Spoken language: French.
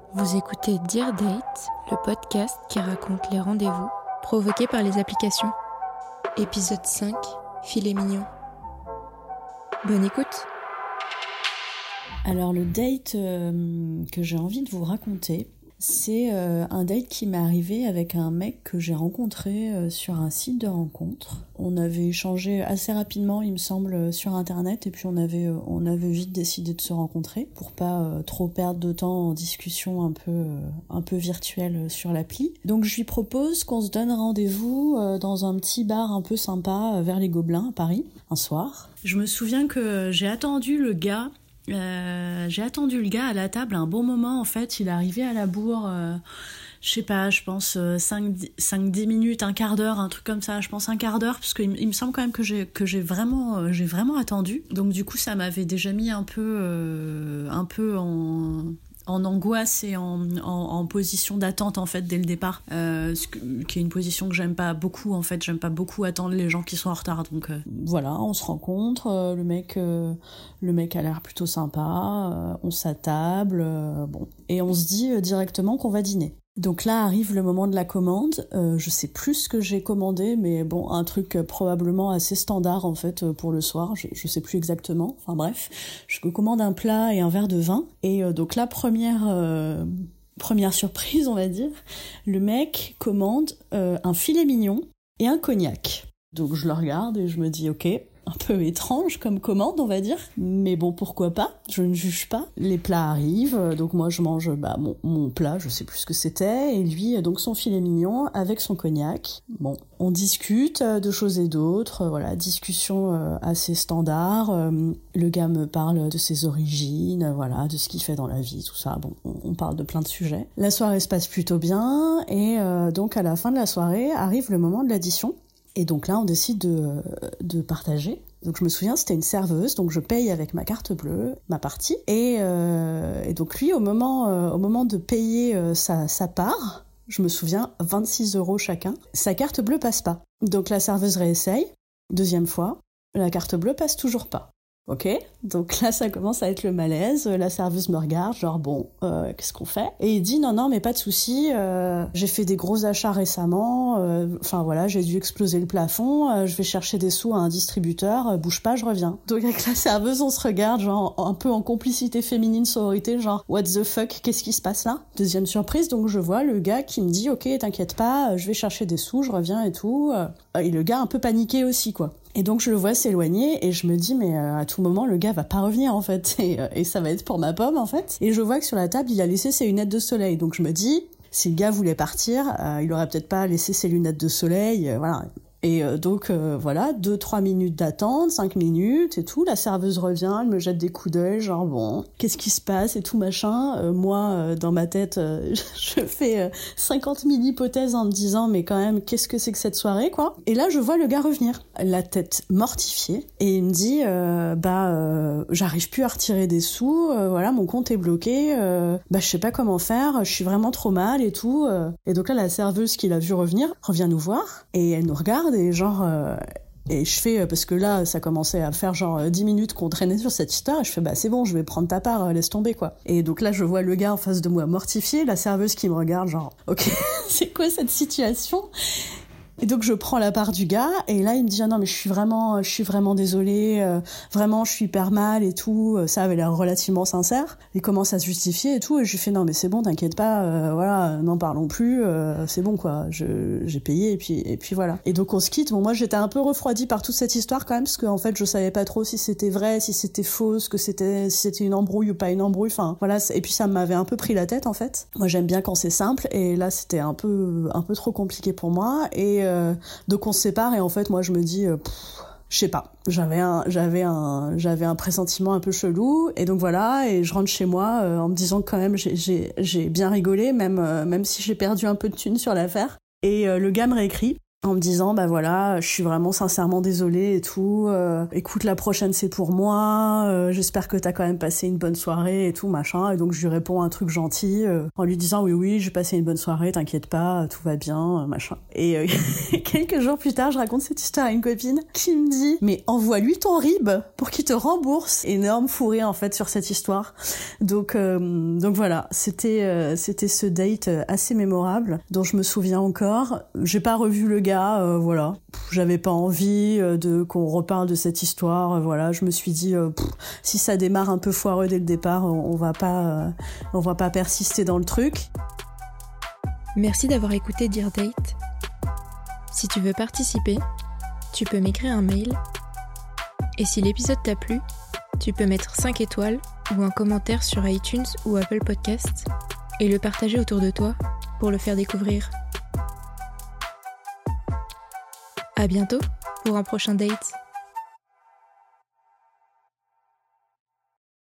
Vous écoutez Dear Date, le podcast qui raconte les rendez-vous provoqués par les applications. Épisode 5, Filet mignon. Bonne écoute. Alors le date que j'ai envie de vous raconter, c'est un date qui m'est arrivé avec un mec que j'ai rencontré sur un site de rencontre. On avait échangé assez rapidement, il me semble, sur internet, et puis on avait vite décidé de se rencontrer pour pas trop perdre de temps en discussion un peu virtuelle sur l'appli. Donc je lui propose qu'on se donne rendez-vous dans un petit bar un peu sympa vers les Gobelins à Paris, un soir. Je me souviens que j'ai attendu le gars à la table un bon moment. En fait, il est arrivé à la bourre, je sais pas, je pense 5-10 minutes, un quart d'heure, un truc comme ça, je pense un quart d'heure, parce qu'il me semble quand même que j'ai vraiment attendu. Donc du coup, ça m'avait déjà mis un peu en angoisse et en position d'attente en fait dès le départ, qui est une position que j'aime pas beaucoup en fait. J'aime pas beaucoup attendre les gens qui sont en retard, donc voilà, on se rencontre, le mec a l'air plutôt sympa, on s'attable, bon, et on se dit directement qu'on va dîner. Donc là arrive le moment de la commande, je sais plus ce que j'ai commandé, mais bon, un truc probablement assez standard en fait pour le soir, je sais plus exactement, enfin bref, je commande un plat et un verre de vin, et donc la première surprise on va dire, le mec commande un filet mignon et un cognac. Donc je le regarde et je me dis ok, un peu étrange comme commande on va dire, mais bon pourquoi pas, je ne juge pas. Les plats arrivent, donc moi je mange mon plat, je sais plus ce que c'était, et lui donc son filet mignon avec son cognac. Bon, on discute de choses et d'autres, voilà, discussion assez standard, le gars me parle de ses origines, voilà, de ce qu'il fait dans la vie, tout ça, bon, on parle de plein de sujets. La soirée se passe plutôt bien, et donc à la fin de la soirée arrive le moment de l'addition. Et donc là, on décide de partager. Donc je me souviens, c'était une serveuse, donc je paye avec ma carte bleue, ma partie. Et donc lui, au moment de payer sa part, je me souviens, 26 € chacun, sa carte bleue passe pas. Donc la serveuse réessaye, deuxième fois, la carte bleue passe toujours pas. Ok, donc là ça commence à être le malaise, la serveuse me regarde, genre bon, qu'est-ce qu'on fait ? Et il dit non mais pas de souci, j'ai fait des gros achats récemment, enfin voilà, j'ai dû exploser le plafond, je vais chercher des sous à un distributeur, bouge pas, je reviens. Donc avec la serveuse on se regarde, genre un peu en complicité féminine, sororité, genre what the fuck, qu'est-ce qui se passe là ? Deuxième surprise, donc je vois le gars qui me dit ok t'inquiète pas, je vais chercher des sous, je reviens et tout, et le gars un peu paniqué aussi quoi. Et donc je le vois s'éloigner et je me dis mais à tout moment le gars va pas revenir en fait et ça va être pour ma pomme en fait. Et je vois que sur la table il a laissé ses lunettes de soleil, donc je me dis si le gars voulait partir il aurait peut-être pas laissé ses lunettes de soleil, voilà. Et donc voilà, 2-3 minutes d'attente, 5 minutes et tout, la serveuse revient, elle me jette des coups d'œil, genre bon, qu'est-ce qui se passe et tout machin. Moi, dans ma tête, je fais 50 000 hypothèses en me disant mais quand même, qu'est-ce que c'est que cette soirée quoi. Et là, je vois le gars revenir, la tête mortifiée, et il me dit j'arrive plus à retirer des sous, voilà, mon compte est bloqué, je sais pas comment faire, je suis vraiment trop mal et tout. Et donc là, la serveuse qui l'a vu revenir revient nous voir et elle nous regarde. Et genre et je fais parce que là ça commençait à faire genre 10 minutes qu'on traînait sur cette histoire, et je fais c'est bon, je vais prendre ta part, laisse tomber quoi. Et donc là je vois le gars en face de moi mortifié, la serveuse qui me regarde genre ok c'est quoi cette situation. Et donc je prends la part du gars, et là il me dit ah non mais je suis vraiment désolée, vraiment je suis hyper mal et tout, ça avait l'air relativement sincère. Il commence à se justifier et tout, et je lui fais non mais c'est bon, t'inquiète pas, voilà, n'en parlons plus, c'est bon quoi, j'ai payé et puis voilà. Et donc on se quitte. Bon moi j'étais un peu refroidie par toute cette histoire quand même, parce que en fait je savais pas trop si c'était vrai, si c'était faux, si c'était une embrouille ou pas une embrouille, enfin voilà, et puis ça m'avait un peu pris la tête en fait. Moi j'aime bien quand c'est simple, et là c'était un peu trop compliqué pour moi, et donc on se sépare, et en fait moi je me dis je sais pas, j'avais un pressentiment un peu chelou, et donc voilà, et je rentre chez moi en me disant que quand même j'ai bien rigolé, même si j'ai perdu un peu de thunes sur l'affaire. Et le gars me réécrit en me disant bah voilà, je suis vraiment sincèrement désolée et tout, écoute, la prochaine c'est pour moi, j'espère que t'as quand même passé une bonne soirée et tout machin. Et donc je lui réponds un truc gentil en lui disant oui j'ai passé une bonne soirée, t'inquiète pas, tout va bien, machin. Et quelques jours plus tard, je raconte cette histoire à une copine qui me dit mais envoie-lui ton RIB pour qu'il te rembourse. Énorme fou rire en fait sur cette histoire. Donc voilà, c'était ce date assez mémorable dont je me souviens encore. J'ai pas revu le gars, voilà. J'avais pas envie qu'on reparle de cette histoire, voilà. Je me suis dit si ça démarre un peu foireux dès le départ, on va pas persister dans le truc. Merci d'avoir écouté Dear Date. Si tu veux participer, tu peux m'écrire un mail. Et si l'épisode t'a plu, tu peux mettre 5 étoiles ou un commentaire sur iTunes ou Apple Podcasts et le partager autour de toi pour le faire découvrir. À bientôt pour un prochain date.